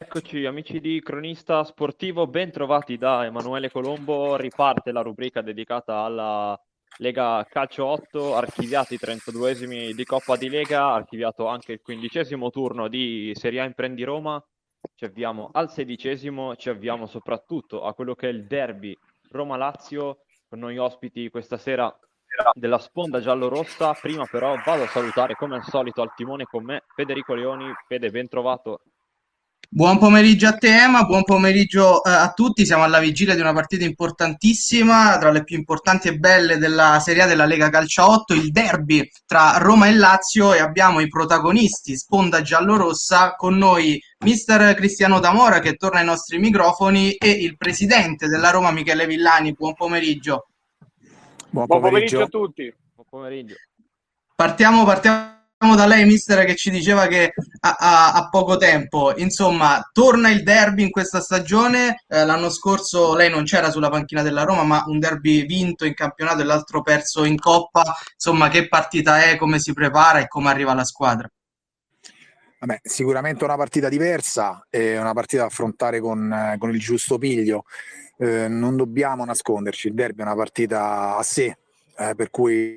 Eccoci amici di Cronista Sportivo, ben trovati da Emanuele Colombo. Riparte la rubrica dedicata alla Lega Calcio 8, archiviati i 32esimi di Coppa di Lega, archiviato anche il 15° turno di Serie A Imprendi Roma. Ci avviamo al 16°, ci avviamo soprattutto a quello che è il derby Roma-Lazio, con noi ospiti questa sera della sponda giallorossa. Prima però vado a salutare come al solito al timone con me Federico Leoni. Fede, ben trovato. Buon pomeriggio a te, Ema, buon pomeriggio a tutti. Siamo alla vigilia di una partita importantissima, tra le più importanti e belle della Serie A della Lega Calcio 8, il derby tra Roma e Lazio, e abbiamo i protagonisti, sponda giallorossa, con noi mister Cristiano Damora che torna ai nostri microfoni e il presidente della Roma Michele Villani. Buon pomeriggio. Buon Buon pomeriggio a pomeriggio. tutti. Buon pomeriggio. Partiamo da lei, mister, che ci diceva che ha poco tempo. Insomma, torna il derby in questa stagione. L'anno scorso lei non c'era sulla panchina della Roma, ma un derby vinto in campionato e l'altro perso in Coppa. Insomma, che partita è, come si prepara e come arriva la squadra? Vabbè, sicuramente una partita diversa, è una partita da affrontare con il giusto piglio. Non dobbiamo nasconderci, il derby è una partita a sé, per cui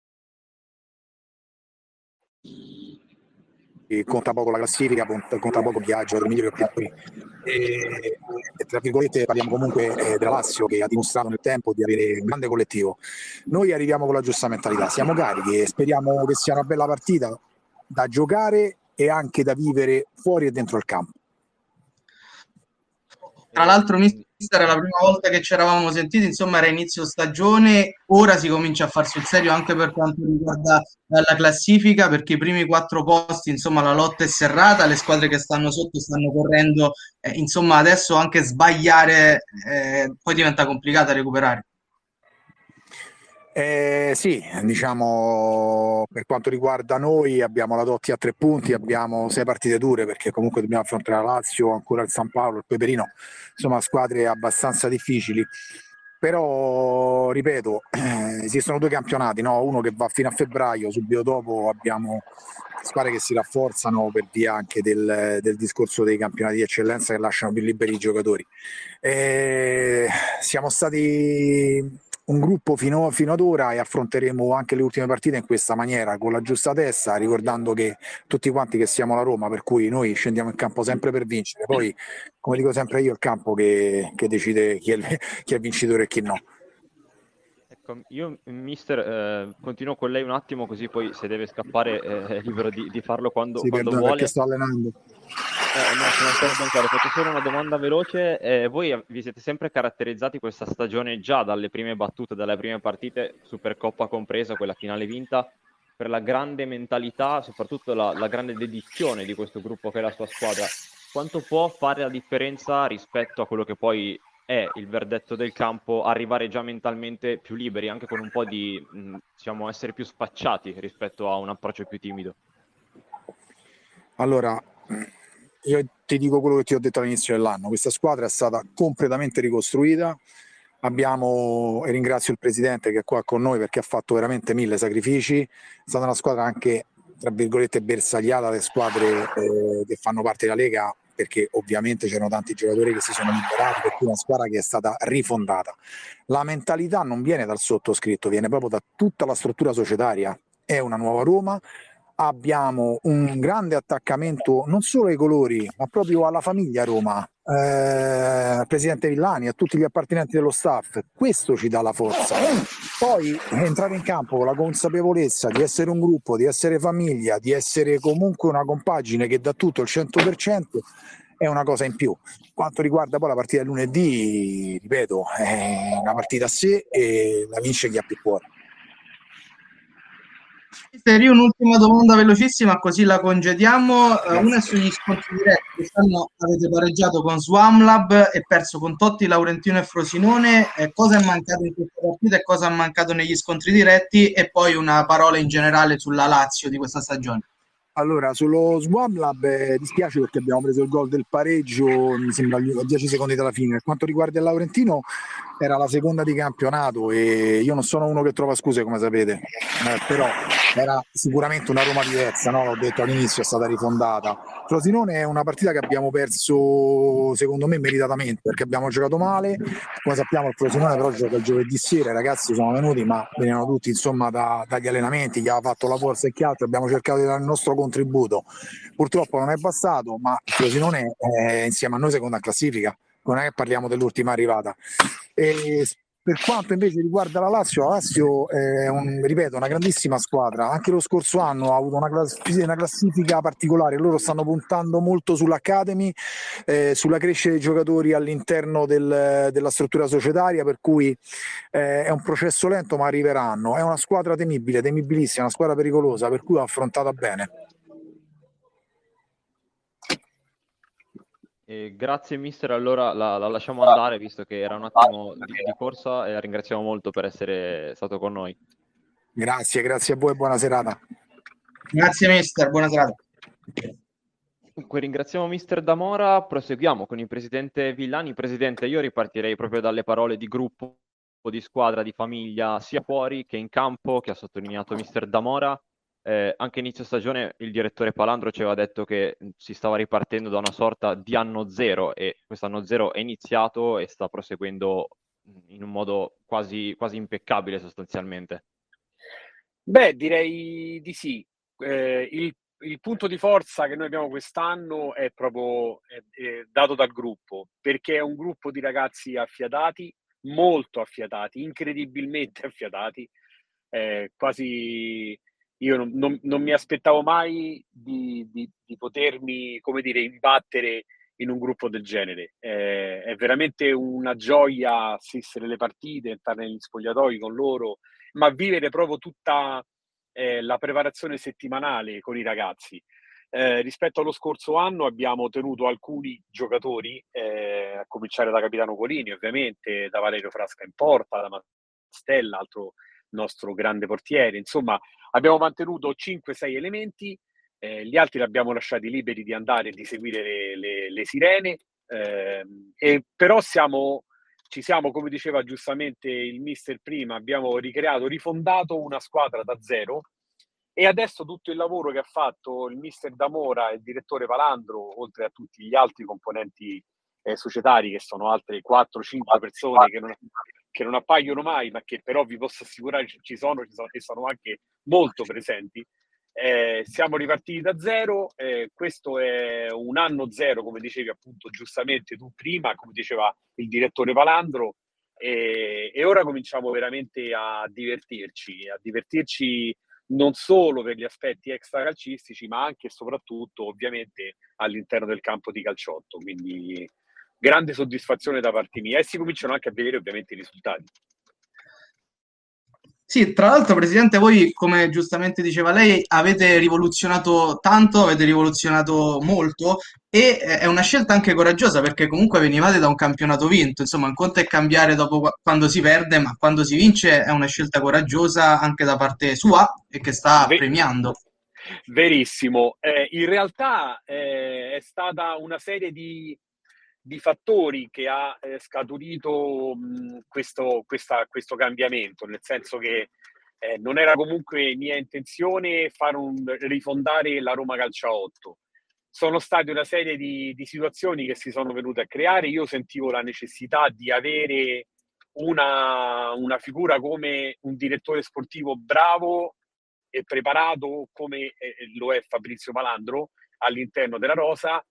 conta poco la classifica, conta poco chi ha il giocatore migliore che qui. E tra virgolette parliamo comunque della Lazio, che ha dimostrato nel tempo di avere un grande collettivo. Noi arriviamo con la giusta mentalità, siamo carichi e speriamo che sia una bella partita da giocare e anche da vivere fuori e dentro il campo. Tra l'altro, mister, è la prima volta che ci eravamo sentiti, insomma, era inizio stagione, ora si comincia a far sul serio anche per quanto riguarda la classifica, perché i primi 4 posti, insomma, la lotta è serrata, le squadre che stanno sotto stanno correndo, insomma, adesso anche sbagliare poi diventa complicato recuperare. Sì, diciamo, per quanto riguarda noi abbiamo la Dotti a 3 punti, abbiamo 6 partite dure perché comunque dobbiamo affrontare la Lazio, ancora il San Paolo, il Peperino, insomma squadre abbastanza difficili. Però, ripeto, esistono 2 campionati, no? Uno che va fino a febbraio, subito dopo abbiamo squadre che si rafforzano per via anche del discorso dei campionati di eccellenza che lasciano più liberi i giocatori. Siamo stati un gruppo fino ad ora e affronteremo anche le ultime partite in questa maniera, con la giusta testa, ricordando che tutti quanti che siamo la Roma, per cui noi scendiamo in campo sempre per vincere. Poi, come dico sempre io, è il campo che decide chi è vincitore e chi no. Ecco, io, mister, continuo con lei un attimo, così poi se deve scappare è libero di farlo quando Perdona, vuole. perché sto allenando. No, sono ancora ben chiaro. Faccio solo una domanda veloce. Voi vi siete sempre caratterizzati questa stagione già dalle prime battute, dalle prime partite, Supercoppa compresa, quella finale vinta, per la grande mentalità, soprattutto la grande dedizione di questo gruppo che è la sua squadra. Quanto può fare la differenza rispetto a quello che poi è il verdetto del campo, arrivare già mentalmente più liberi, anche con un po' di, diciamo, essere più spacciati rispetto a un approccio più timido? Allora, io ti dico quello che ti ho detto all'inizio dell'anno: questa squadra è stata completamente ricostruita. E ringrazio il presidente che è qua con noi perché ha fatto veramente 1000 sacrifici. È stata una squadra anche, tra virgolette, bersagliata dalle squadre che fanno parte della Lega, perché ovviamente c'erano tanti giocatori che si sono liberati, per cui una squadra che è stata rifondata. La mentalità non viene dal sottoscritto, viene proprio da tutta la struttura societaria. È una nuova Roma. Abbiamo un grande attaccamento non solo ai colori, ma proprio alla famiglia Roma, al presidente Villani, a tutti gli appartenenti dello staff. Questo ci dà la forza. Poi entrare in campo con la consapevolezza di essere un gruppo, di essere famiglia, di essere comunque una compagine che dà tutto il 100%, è una cosa in più. Quanto riguarda poi la partita del lunedì, ripeto, è una partita a sé e la vince chi ha più cuore. Mister, io un'ultima domanda velocissima, così la congediamo. Una è sugli scontri diretti. Quest'anno avete pareggiato con Swamlab e perso con Totti, Laurentino e Frosinone. Cosa è mancato in questa partita e cosa è mancato negli scontri diretti? E poi una parola in generale sulla Lazio di questa stagione. Allora, sullo Swam Lab dispiace perché abbiamo preso il gol del pareggio, mi sembra a 10 secondi dalla fine. Per quanto riguarda il Laurentino, era la seconda di campionato e io non sono uno che trova scuse, come sapete, però era sicuramente una Roma diversa, no? L'ho detto all'inizio, è stata rifondata. Frosinone è una partita che abbiamo perso, secondo me, meritatamente, perché abbiamo giocato male. Come sappiamo il Frosinone però gioca il giovedì sera, i ragazzi sono venuti, ma venivano tutti insomma dagli allenamenti, chi aveva fatto la forza e che altro, abbiamo cercato di dare il nostro contributo. Purtroppo non è bastato, ma il Frosinone è insieme a noi seconda classifica, non è che parliamo dell'ultima arrivata. E per quanto invece riguarda la Lazio è ripeto, una grandissima squadra. Anche lo scorso anno ha avuto una classifica particolare. Loro stanno puntando molto sull'Academy, sulla crescita dei giocatori all'interno della struttura societaria, per cui è un processo lento, ma arriveranno. È una squadra temibile, temibilissima, una squadra pericolosa, per cui va affrontata bene. Grazie mister, allora la lasciamo andare visto che era un attimo di corsa e la ringraziamo molto per essere stato con noi. Grazie a voi e buona serata. Grazie mister, buona serata. Dunque ringraziamo mister D'Amora, proseguiamo con il presidente Villani. Presidente, io ripartirei proprio dalle parole di gruppo, di squadra, di famiglia, sia fuori che in campo, che ha sottolineato mister D'Amora. Anche inizio stagione il direttore Palandro ci aveva detto che si stava ripartendo da una sorta di anno zero e questo anno zero è iniziato e sta proseguendo in un modo quasi impeccabile sostanzialmente. Beh, direi di sì. Il punto di forza che noi abbiamo quest'anno è proprio dato dal gruppo, perché è un gruppo di ragazzi affiatati, molto affiatati, incredibilmente affiatati, quasi io non mi aspettavo mai di potermi, come dire, imbattere in un gruppo del genere. È veramente una gioia assistere le partite, entrare negli spogliatoi con loro, ma vivere proprio tutta la preparazione settimanale con i ragazzi. Rispetto allo scorso anno abbiamo tenuto alcuni giocatori, a cominciare da Capitano Colini, ovviamente, da Valerio Frasca in porta, da Mastella, altro nostro grande portiere. Insomma, abbiamo mantenuto 5-6 elementi, gli altri li abbiamo lasciati liberi di andare e di seguire le sirene, e però ci siamo, come diceva giustamente il mister prima, abbiamo rifondato una squadra da zero e adesso tutto il lavoro che ha fatto il mister D'Amora e il direttore Palandro, oltre a tutti gli altri componenti societari, che sono altre 4-5 persone che non appaiono mai, ma che però vi posso assicurare ci sono e sono anche molto presenti. Siamo ripartiti da zero, questo è un anno zero, come dicevi appunto giustamente tu prima, come diceva il direttore Palandro, e ora cominciamo veramente a divertirci non solo per gli aspetti extracalcistici, ma anche e soprattutto ovviamente all'interno del campo di calciotto. Quindi grande soddisfazione da parte mia e si cominciano anche a vedere ovviamente i risultati. Sì, tra l'altro, Presidente, voi, come giustamente diceva lei, avete rivoluzionato tanto, avete rivoluzionato molto e è una scelta anche coraggiosa perché comunque venivate da un campionato vinto, insomma, un conto è cambiare dopo quando si perde, ma quando si vince è una scelta coraggiosa anche da parte sua e che sta premiando. Verissimo. In realtà è stata una serie di fattori che ha scaturito questo cambiamento, nel senso che non era comunque mia intenzione rifondare la Roma Calcio a 8. Sono state una serie di situazioni che si sono venute a creare. Io sentivo la necessità di avere una figura come un direttore sportivo bravo e preparato come lo è Fabrizio Palandro all'interno della rosa.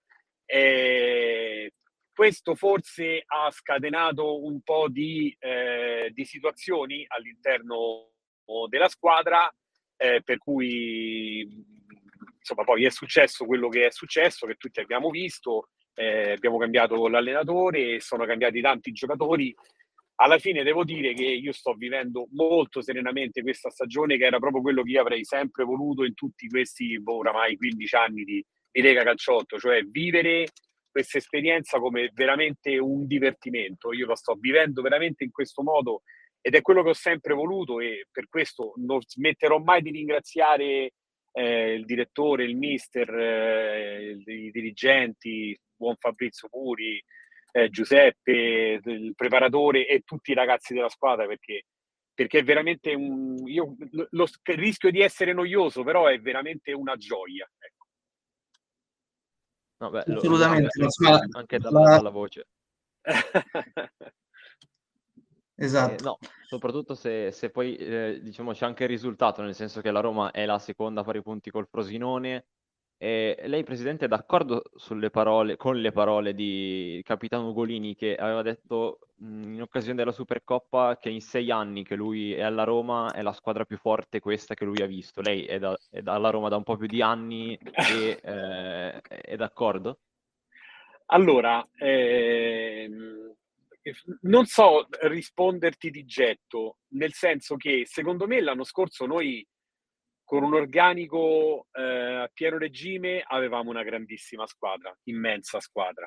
Questo forse ha scatenato un po' di situazioni all'interno della squadra, per cui insomma poi è successo quello che è successo, che tutti abbiamo visto. Abbiamo cambiato l'allenatore, sono cambiati tanti giocatori. Alla fine devo dire che io sto vivendo molto serenamente questa stagione, che era proprio quello che io avrei sempre voluto in tutti questi oramai 15 anni di Lega Calciotto, cioè vivere questa esperienza come veramente un divertimento. Io lo sto vivendo veramente in questo modo ed è quello che ho sempre voluto, e per questo non smetterò mai di ringraziare il direttore, il mister, i dirigenti, buon Fabrizio Puri, Giuseppe, il preparatore e tutti i ragazzi della squadra, perché è veramente io rischio di essere noioso, però è veramente una gioia. Ecco. No, beh, lo si Assolutamente, capisce insomma, anche la- dalla voce. esatto. No, soprattutto se poi diciamo c'è anche il risultato, nel senso che la Roma è la seconda a pari punti col Frosinone. E lei, Presidente, è d'accordo con le parole di Capitano Ugolini, che aveva detto in occasione della Supercoppa che in 6 anni che lui è alla Roma è la squadra più forte questa che lui ha visto. Lei è alla Roma da un po' più di anni e è d'accordo? Allora, non so risponderti di getto, nel senso che secondo me l'anno scorso noi con un organico a pieno regime avevamo una grandissima squadra, immensa squadra.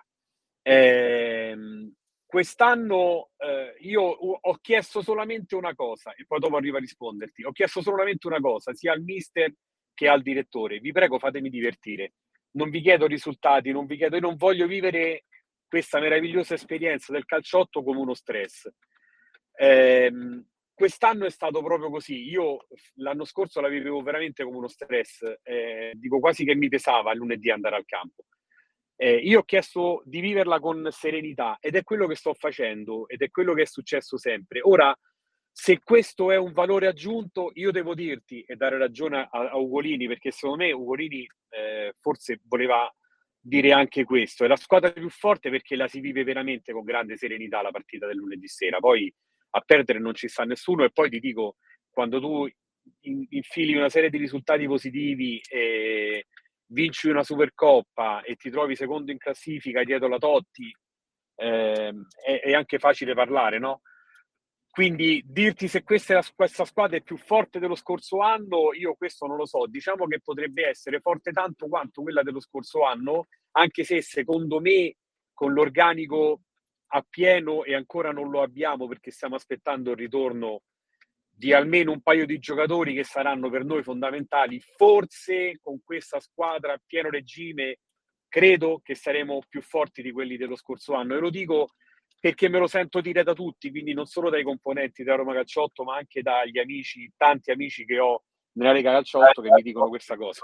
Quest'anno io ho chiesto solamente una cosa, e poi dopo arrivo a risponderti. Ho chiesto solamente una cosa, sia al mister che al direttore. Vi prego, fatemi divertire. Non vi chiedo risultati, io non voglio vivere questa meravigliosa esperienza del calciotto come uno stress. Quest'anno è stato proprio così. Io l'anno scorso la vivevo veramente come uno stress, dico quasi che mi pesava il lunedì andare al campo. Io ho chiesto di viverla con serenità ed è quello che sto facendo ed è quello che è successo sempre. Ora, se questo è un valore aggiunto, io devo dirti e dare ragione a Ugolini, perché secondo me Ugolini forse voleva dire anche questo. È la squadra più forte perché la si vive veramente con grande serenità la partita del lunedì sera. Poi a perdere non ci sta nessuno e poi ti dico, quando tu infili una serie di risultati positivi e vinci una Supercoppa e ti trovi secondo in classifica dietro la Totti, è anche facile parlare, no? Quindi dirti se questa squadra è più forte dello scorso anno, io questo non lo so. Diciamo che potrebbe essere forte tanto quanto quella dello scorso anno, anche se secondo me con l'organico a pieno e ancora non lo abbiamo perché stiamo aspettando il ritorno di almeno un paio di giocatori che saranno per noi fondamentali. Forse con questa squadra a pieno regime credo che saremo più forti di quelli dello scorso anno e lo dico perché me lo sento dire da tutti, quindi non solo dai componenti della Roma Calciotto, ma anche dagli amici, tanti amici che ho nella Lega Calciotto che mi dicono questa cosa.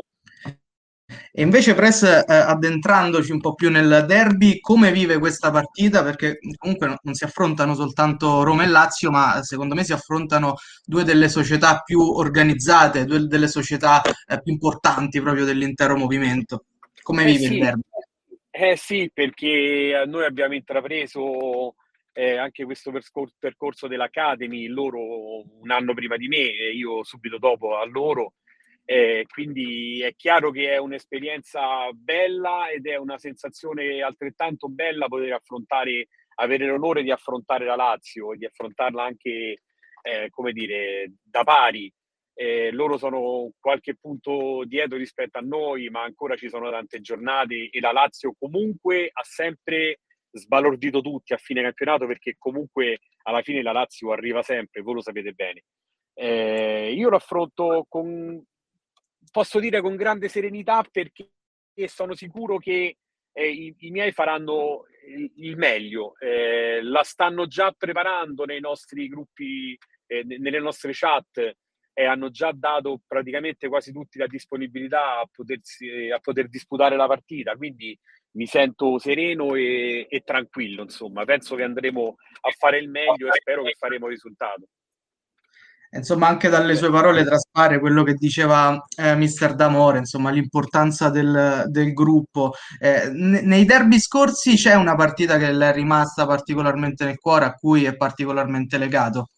E invece, Press, addentrandoci un po' più nel derby, come vive questa partita? Perché comunque non si affrontano soltanto Roma e Lazio, ma secondo me si affrontano due delle società più organizzate, due delle società più importanti proprio dell'intero movimento. Come Eh vive il sì, derby? sì, perché noi abbiamo intrapreso anche questo percorso dell'Academy, loro un anno prima di me e io subito dopo a loro. Quindi è chiaro che è un'esperienza bella ed è una sensazione altrettanto bella poter avere l'onore di affrontare la Lazio e di affrontarla anche, come dire, da pari. Loro sono qualche punto dietro rispetto a noi, ma ancora ci sono tante giornate e la Lazio comunque ha sempre sbalordito tutti a fine campionato perché comunque alla fine la Lazio arriva sempre, voi lo sapete bene. Io lo affronto posso dire con grande serenità perché sono sicuro che i miei faranno il meglio. La stanno già preparando nei nostri gruppi, nelle nostre chat e hanno già dato praticamente quasi tutti la disponibilità a poter disputare la partita, quindi mi sento sereno e tranquillo, insomma. Penso che andremo a fare il meglio e spero che faremo risultato. Insomma, anche dalle sue parole traspare quello che diceva Mister D'Amore, insomma, l'importanza del gruppo. Nei derby scorsi c'è una partita che le è rimasta particolarmente nel cuore, a cui è particolarmente legato.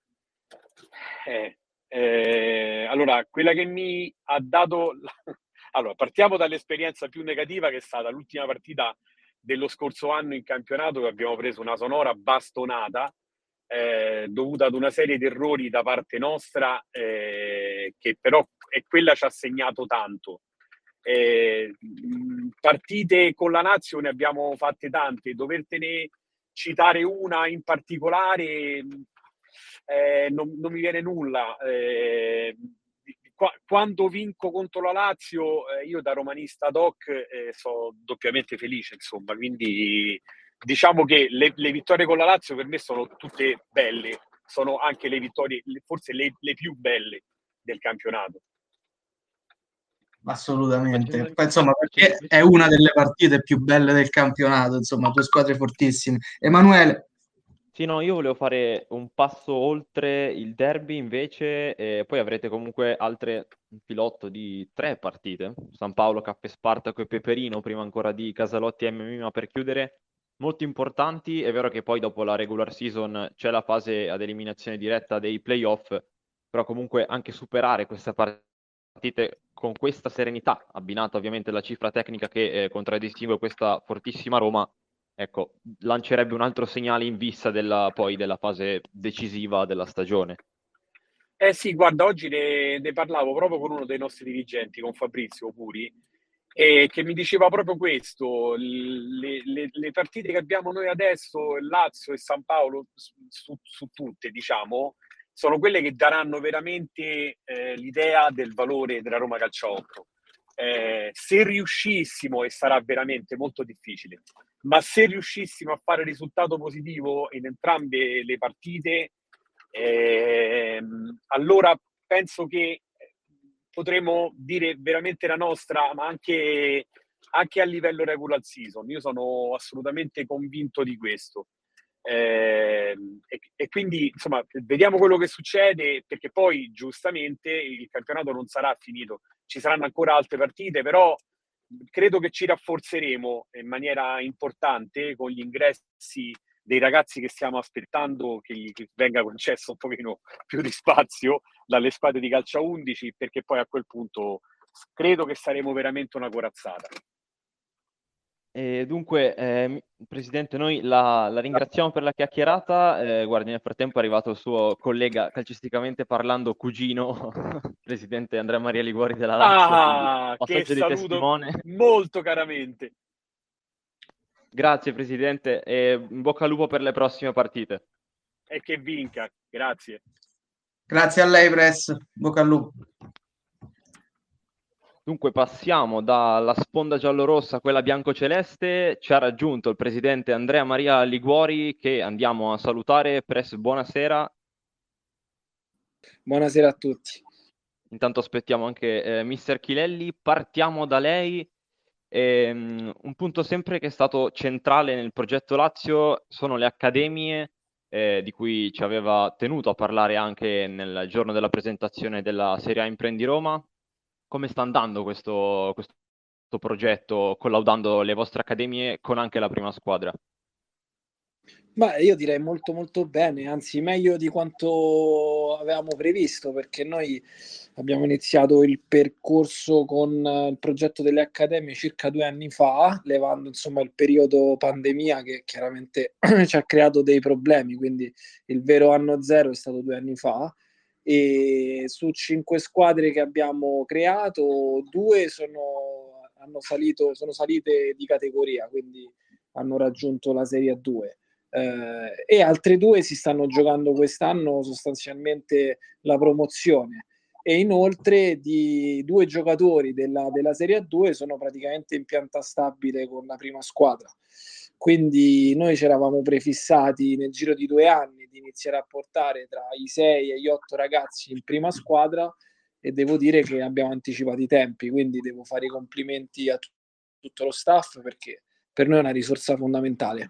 Allora, quella che mi ha dato... Allora, partiamo dall'esperienza più negativa che è stata l'ultima partita dello scorso anno in campionato che abbiamo preso una sonora bastonata dovuta ad una serie di errori da parte nostra che però quella ci ha segnato tanto. Partite con la Lazio ne abbiamo fatte tante, dovertene citare una in particolare non mi viene nulla. quando vinco contro la Lazio, io da romanista ad hoc sono doppiamente felice, insomma, quindi diciamo che le vittorie con la Lazio per me sono tutte belle, sono anche le vittorie, forse le più belle del campionato. Assolutamente. Poi, insomma, perché è una delle partite più belle del campionato, insomma, due squadre fortissime. Emanuele, Sì, no, io volevo fare un passo oltre il derby invece, e poi avrete comunque un filotto di 3 partite, San Paolo, Cappe Spartaco e Peperino, prima ancora di Casalotti e MMA per chiudere, molto importanti. È vero che poi dopo la regular season c'è la fase ad eliminazione diretta dei playoff, però comunque anche superare queste partite con questa serenità, abbinata ovviamente alla cifra tecnica che contraddistingue questa fortissima Roma, ecco, lancerebbe un altro segnale in vista poi della fase decisiva della stagione. Eh sì, guarda, oggi ne parlavo proprio con uno dei nostri dirigenti, con Fabrizio Puri, e che mi diceva proprio questo: le partite che abbiamo noi adesso, Lazio e San Paolo, su tutte, diciamo, sono quelle che daranno veramente l'idea del valore della Roma Calciotto. Se riuscissimo, e sarà veramente molto difficile, ma se riuscissimo a fare risultato positivo in entrambe le partite, allora penso che potremo dire veramente la nostra, ma anche a livello regular season. Io sono assolutamente convinto di questo. E quindi, insomma, vediamo quello che succede, perché poi giustamente il campionato non sarà finito, ci saranno ancora altre partite, però credo che ci rafforzeremo in maniera importante con gli ingressi dei ragazzi che stiamo aspettando che venga concesso un pochino più di spazio dalle squadre di calcio a 11, perché poi a quel punto credo che saremo veramente una corazzata. E dunque, Presidente, noi la ringraziamo per la chiacchierata. Guardi, nel frattempo è arrivato il suo collega, calcisticamente parlando, cugino, Presidente Andrea Maria Liguori della Lazio, quindi Che passaggio di saluto testimone. molto caramente. Grazie Presidente e in bocca al lupo per le prossime partite. E che vinca, grazie. grazie a lei, Press. Bocca al lupo. Dunque passiamo dalla sponda giallorossa a quella biancoceleste. Ci ha raggiunto il presidente Andrea Maria Liguori, che andiamo a salutare. Press, buonasera. Buonasera a tutti. Intanto aspettiamo anche Mister Chilelli. Partiamo da lei. Un punto sempre che è stato centrale nel progetto Lazio sono le accademie, di cui ci aveva tenuto a parlare anche nel giorno della presentazione della Serie A Imprendi Roma. Come sta andando questo progetto, collaudando le vostre accademie con anche la prima squadra? Beh, io direi molto molto bene, anzi meglio di quanto avevamo previsto, perché noi abbiamo iniziato il percorso con il progetto delle accademie circa 2 anni fa, levando insomma il periodo pandemia che chiaramente ci ha creato dei problemi, quindi il vero anno zero è stato 2 anni fa. E su 5 squadre che abbiamo creato, 2 sono salite di categoria, quindi hanno raggiunto la Serie A2. E altre 2 si stanno giocando quest'anno sostanzialmente la promozione, e inoltre di 2 giocatori della Serie A2 sono praticamente in pianta stabile con la prima squadra. Quindi noi ci eravamo prefissati nel giro di 2 anni di iniziare a portare tra i 6 e gli 8 ragazzi in prima squadra, e devo dire che abbiamo anticipato i tempi, quindi devo fare i complimenti a tutto lo staff, perché per noi è una risorsa fondamentale.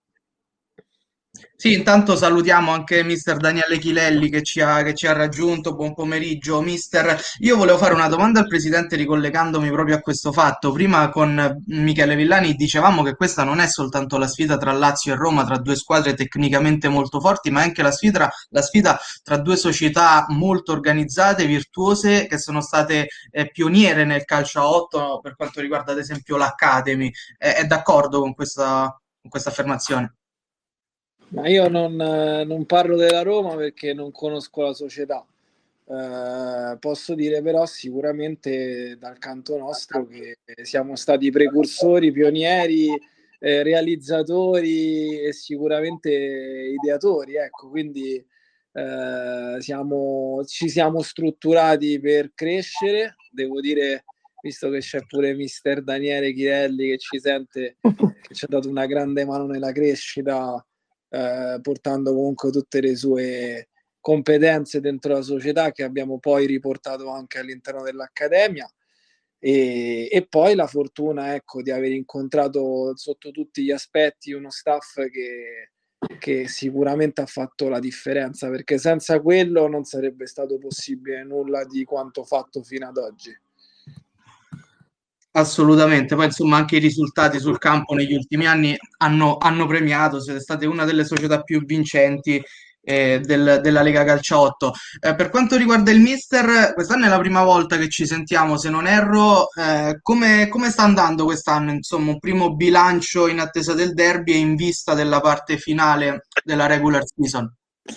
Sì, intanto salutiamo anche mister Daniele Chilelli che ci ha raggiunto. Buon pomeriggio, mister. Io volevo fare una domanda al presidente ricollegandomi proprio a questo fatto. Prima con Michele Villani dicevamo che questa non è soltanto la sfida tra Lazio e Roma, tra due squadre tecnicamente molto forti, ma è anche la sfida tra due società molto organizzate, virtuose, che sono state pioniere nel calcio a 8 per quanto riguarda ad esempio l'Academy. È d'accordo con questa affermazione? Ma io non parlo della Roma perché non conosco la società. Posso dire però sicuramente dal canto nostro che siamo stati precursori, pionieri, realizzatori e sicuramente ideatori, ecco, quindi ci siamo strutturati per crescere, devo dire, visto che c'è pure mister Daniele Chirelli che ci sente, che ci ha dato una grande mano nella crescita, portando comunque tutte le sue competenze dentro la società, che abbiamo poi riportato anche all'interno dell'Accademia. E poi la fortuna, ecco, di aver incontrato sotto tutti gli aspetti uno staff che sicuramente ha fatto la differenza, perché senza quello non sarebbe stato possibile nulla di quanto fatto fino ad oggi. Assolutamente, poi insomma anche i risultati sul campo negli ultimi anni hanno premiato, siete state una delle società più vincenti della Lega Calcio 8. Per quanto riguarda il mister, quest'anno è la prima volta che ci sentiamo, se non erro, come sta andando quest'anno? Insomma, un primo bilancio in attesa del derby e in vista della parte finale della regular season.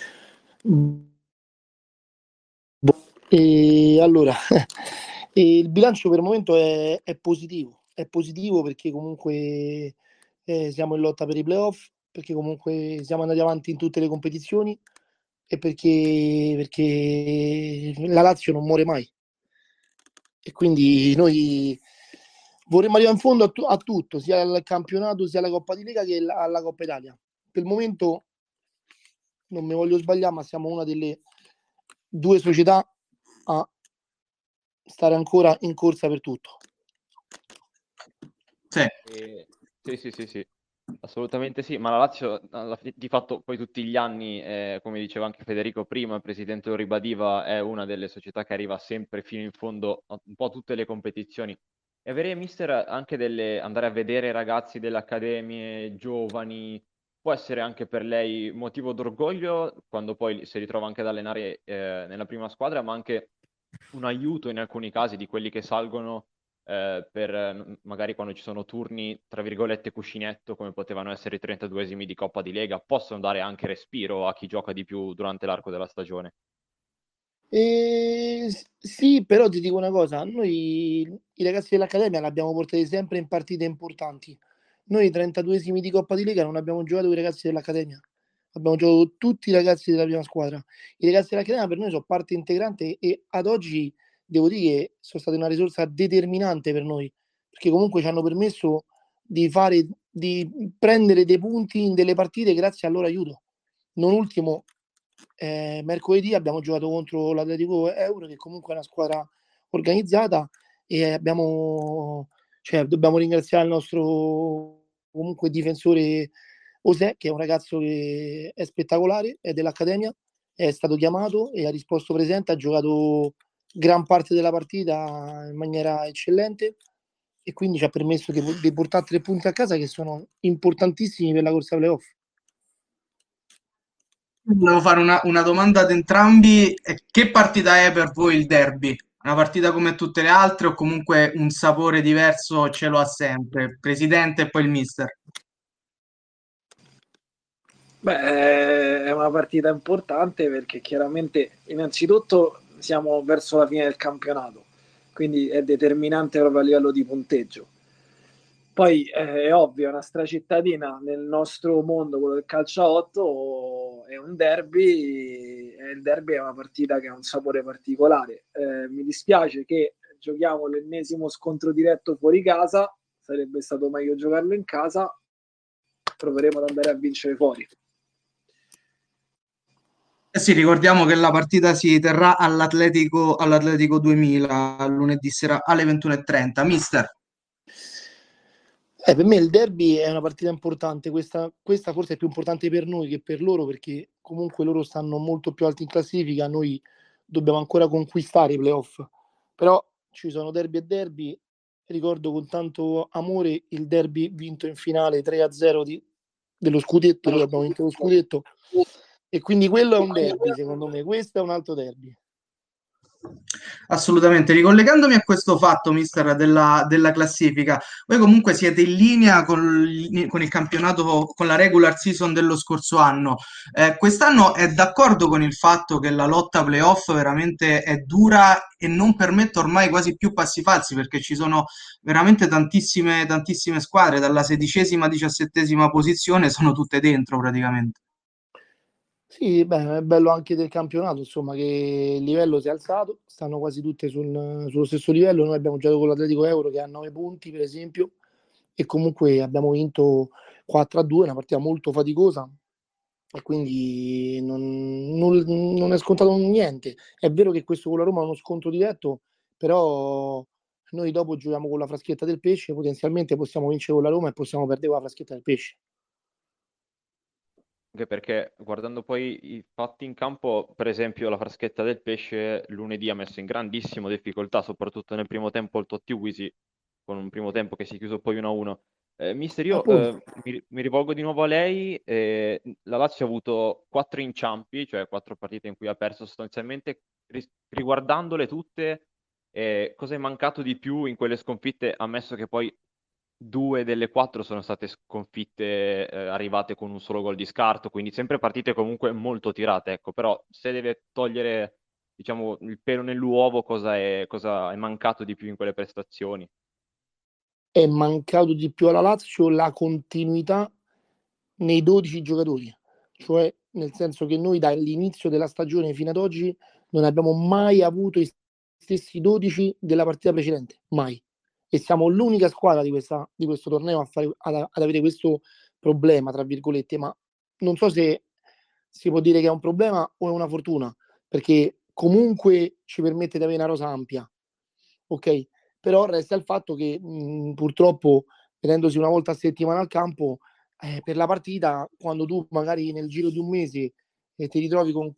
E allora, il bilancio per il momento è positivo perché comunque siamo in lotta per i playoff, perché comunque siamo andati avanti in tutte le competizioni e perché la Lazio non muore mai. E quindi noi vorremmo arrivare in fondo a tutto, sia al campionato, sia alla Coppa di Lega che alla Coppa Italia. Per il momento non mi voglio sbagliare, ma siamo una delle 2 società a stare ancora in corsa per tutto. Sì, assolutamente sì, ma la Lazio di fatto poi tutti gli anni, come diceva anche Federico prima, il presidente lo ribadiva, è una delle società che arriva sempre fino in fondo a un po' tutte le competizioni. E avere, mister, anche andare a vedere ragazzi delle accademie giovani può essere anche per lei motivo d'orgoglio quando poi si ritrova anche ad allenare nella prima squadra, ma anche un aiuto in alcuni casi di quelli che salgono per magari quando ci sono turni, tra virgolette, cuscinetto, come potevano essere i 32esimi di Coppa di Lega, possono dare anche respiro a chi gioca di più durante l'arco della stagione. Sì, però ti dico una cosa, noi i ragazzi dell'Accademia l'abbiamo portati sempre in partite importanti. Noi i 32esimi di Coppa di Lega non abbiamo giocato con i ragazzi dell'Accademia, abbiamo giocato tutti i ragazzi della prima squadra. I ragazzi dell'Accademia per noi sono parte integrante e ad oggi devo dire che sono stati una risorsa determinante per noi, perché comunque ci hanno permesso di prendere dei punti in delle partite grazie al loro aiuto. Non ultimo, mercoledì abbiamo giocato contro l'Atletico Euro, che comunque è una squadra organizzata, e dobbiamo ringraziare il nostro comunque difensore José, che è un ragazzo che è spettacolare, è dell'Accademia, è stato chiamato e ha risposto presente, ha giocato gran parte della partita in maniera eccellente e quindi ci ha permesso di portare 3 punti a casa che sono importantissimi per la corsa playoff. Volevo fare una domanda ad entrambi. Che partita è per voi il derby? Una partita come tutte le altre o comunque un sapore diverso ce lo ha sempre? Presidente e poi il mister. Beh, è una partita importante perché chiaramente innanzitutto siamo verso la fine del campionato, quindi è determinante proprio a livello di punteggio. Poi è ovvio, è una stracittadina nel nostro mondo, quello del calcio a 8, è un derby, e il derby è una partita che ha un sapore particolare. Mi dispiace che giochiamo l'ennesimo scontro diretto fuori casa, sarebbe stato meglio giocarlo in casa, proveremo ad andare a vincere fuori. Sì, ricordiamo che la partita si terrà all'Atletico 2000 lunedì sera alle 21:30. Mister. Per me il derby è una partita importante, questa forse è più importante per noi che per loro, perché comunque loro stanno molto più alti in classifica, noi dobbiamo ancora conquistare i playoff, però ci sono derby e derby. Ricordo con tanto amore il derby vinto in finale 3-0 dello scudetto, noi abbiamo vinto lo scudetto e quindi quello è un derby, secondo me, questo è un altro derby. Assolutamente, ricollegandomi a questo fatto, mister, della classifica, voi comunque siete in linea con il campionato, con la regular season dello scorso anno. Quest'anno è d'accordo con il fatto che la lotta playoff veramente è dura e non permette ormai quasi più passi falsi, perché ci sono veramente tantissime squadre, dalla 16ª, 17ª posizione, sono tutte dentro praticamente. Sì, beh, è bello anche del campionato, insomma, che il livello si è alzato, stanno quasi tutte sullo stesso livello. Noi abbiamo giocato con l'Atletico Euro che ha 9 punti, per esempio, e comunque abbiamo vinto 4-2, una partita molto faticosa, e quindi non è scontato niente. È vero che questo con la Roma è uno scontro diretto, però noi dopo giochiamo con la fraschetta del pesce, potenzialmente possiamo vincere con la Roma e possiamo perdere con la fraschetta del pesce. Anche perché guardando poi i fatti in campo, per esempio la fraschetta del pesce lunedì ha messo in grandissima difficoltà, soprattutto nel primo tempo il Totti Wisi, con un primo tempo che si è chiuso poi 1-1. Mister, io Appunto. mi rivolgo di nuovo a lei. La Lazio ha avuto 4 inciampi, cioè 4 partite in cui ha perso sostanzialmente. Riguardandole tutte, cosa è mancato di più in quelle sconfitte, ammesso che poi 2 delle 4 sono state sconfitte arrivate con un solo gol di scarto, quindi sempre partite comunque molto tirate, ecco. Però se deve togliere, diciamo, il pelo nell'uovo, cosa è mancato di più in quelle prestazioni? È mancato di più alla Lazio la continuità nei 12 giocatori, cioè nel senso che noi dall'inizio della stagione fino ad oggi non abbiamo mai avuto i stessi 12 della partita precedente, mai. E siamo l'unica squadra di questo torneo ad avere questo problema, tra virgolette, ma non so se si può dire che è un problema o è una fortuna, perché comunque ci permette di avere una rosa ampia, ok? Però resta il fatto che purtroppo, vedendosi una volta a settimana al campo, per la partita, quando tu magari nel giro di un mese ti ritrovi con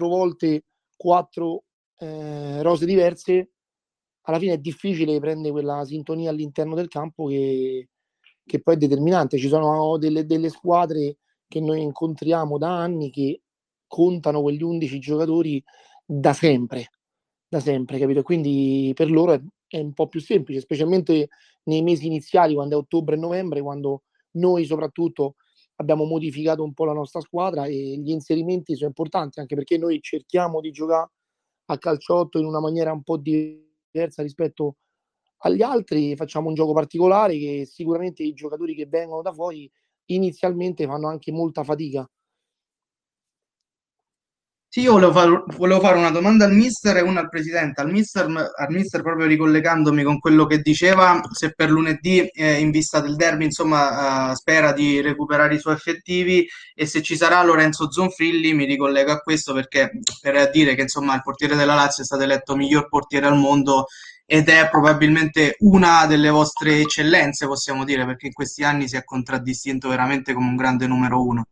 4 rose diverse, alla fine è difficile prendere quella sintonia all'interno del campo che poi è determinante. Ci sono delle squadre che noi incontriamo da anni che contano quegli 11 giocatori da sempre, capito? Quindi per loro è un po' più semplice, specialmente nei mesi iniziali, quando è ottobre e novembre, quando noi soprattutto abbiamo modificato un po' la nostra squadra e gli inserimenti sono importanti, anche perché noi cerchiamo di giocare a calciotto in una maniera un po' diversa rispetto agli altri, facciamo un gioco particolare che sicuramente i giocatori che vengono da fuori inizialmente fanno anche molta fatica. Sì, io volevo fare una domanda al mister e una al presidente. Al mister proprio ricollegandomi con quello che diceva, se per lunedì, in vista del derby, insomma, spera di recuperare i suoi effettivi e se ci sarà Lorenzo Zonfrilli, mi ricollego a questo perché per dire che insomma il portiere della Lazio è stato eletto miglior portiere al mondo ed è probabilmente una delle vostre eccellenze, possiamo dire, perché in questi anni si è contraddistinto veramente come un grande numero uno.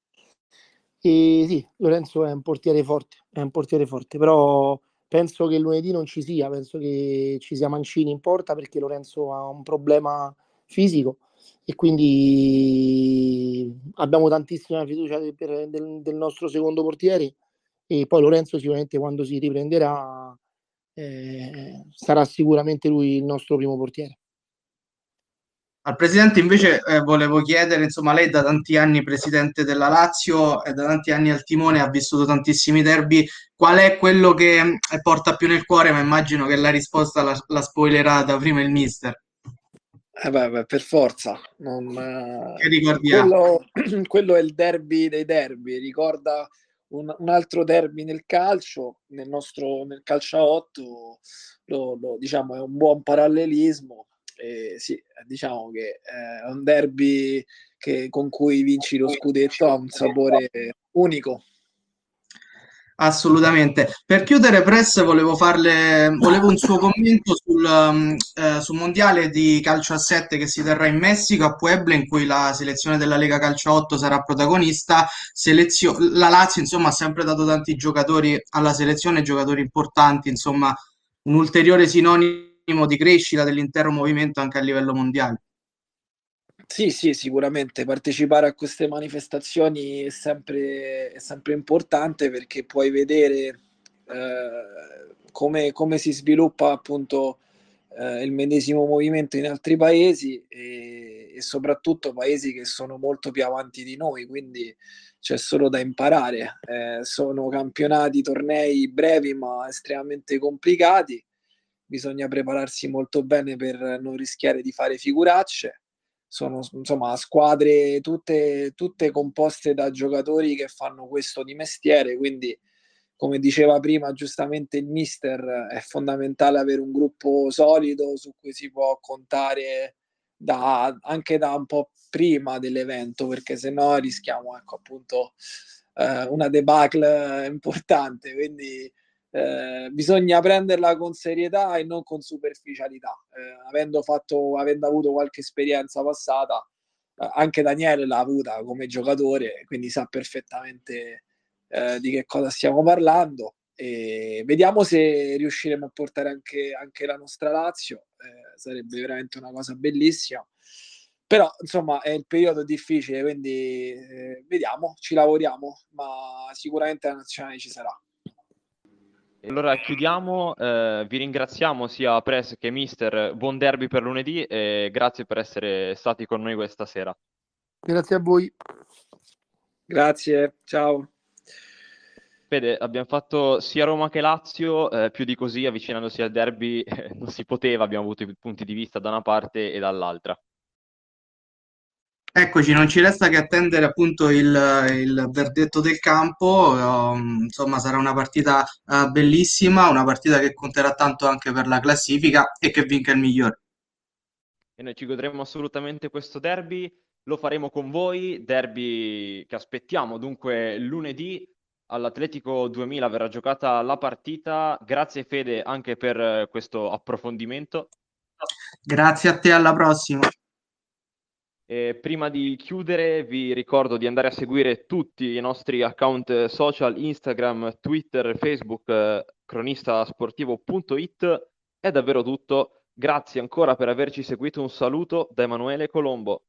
E sì, Lorenzo è un portiere forte, però penso che lunedì non ci sia, penso che ci sia Mancini in porta perché Lorenzo ha un problema fisico e quindi abbiamo tantissima fiducia del nostro secondo portiere e poi Lorenzo sicuramente quando si riprenderà sarà sicuramente lui il nostro primo portiere. Al presidente invece volevo chiedere, insomma, lei da tanti anni presidente della Lazio e da tanti anni al timone ha vissuto tantissimi derby, qual è quello che porta più nel cuore? Ma immagino che la risposta la spoilerà da prima il mister. Beh, per forza. Che ricordi ha? Quello è il derby dei derby, ricorda un altro derby nel calcio, nel calcio a 8, diciamo, è un buon parallelismo. Sì, diciamo che è un derby con cui vinci lo scudetto ha un sapore unico. Assolutamente. Per chiudere, Press, volevo un suo commento sul mondiale di calcio a 7 che si terrà in Messico, a Puebla, in cui la selezione della Lega Calcio a 8 sarà protagonista. La Lazio, insomma, ha sempre dato tanti giocatori alla selezione, giocatori importanti, insomma, un ulteriore sinonimo di crescita dell'intero movimento anche a livello mondiale. Sì, sì, sicuramente partecipare a queste manifestazioni è sempre importante perché puoi vedere come si sviluppa appunto il medesimo movimento in altri paesi e soprattutto paesi che sono molto più avanti di noi, quindi c'è solo da imparare. Sono campionati, tornei brevi ma estremamente complicati, bisogna prepararsi molto bene per non rischiare di fare figuracce. sono insomma squadre tutte composte da giocatori che fanno questo di mestiere, quindi come diceva prima giustamente il mister, è fondamentale avere un gruppo solido su cui si può contare anche da un po' prima dell'evento, perché sennò rischiamo, ecco, appunto, una debacle importante. Quindi bisogna prenderla con serietà e non con superficialità. Avendo avuto qualche esperienza passata, anche Daniele l'ha avuta come giocatore, quindi sa perfettamente di che cosa stiamo parlando, e vediamo se riusciremo a portare anche la nostra Lazio. Sarebbe veramente una cosa bellissima, però insomma è il periodo difficile, quindi vediamo, ci lavoriamo, ma sicuramente la nazionale ci sarà. Allora chiudiamo, vi ringraziamo sia Press che Mister, buon derby per lunedì e grazie per essere stati con noi questa sera. Grazie a voi. Grazie, ciao. Fede, abbiamo fatto sia Roma che Lazio, più di così avvicinandosi al derby non si poteva, abbiamo avuto i punti di vista da una parte e dall'altra. Eccoci, non ci resta che attendere appunto il verdetto del campo. Insomma, sarà una partita bellissima, una partita che conterà tanto anche per la classifica e che vinca il migliore. E noi ci godremo assolutamente questo derby, lo faremo con voi, derby che aspettiamo dunque lunedì. All'Atletico 2000 verrà giocata la partita. Grazie Fede anche per questo approfondimento. Grazie a te, alla prossima. E prima di chiudere vi ricordo di andare a seguire tutti i nostri account social, Instagram, Twitter, Facebook, cronistasportivo.it. È davvero tutto. Grazie ancora per averci seguito. Un saluto da Emanuele Colombo.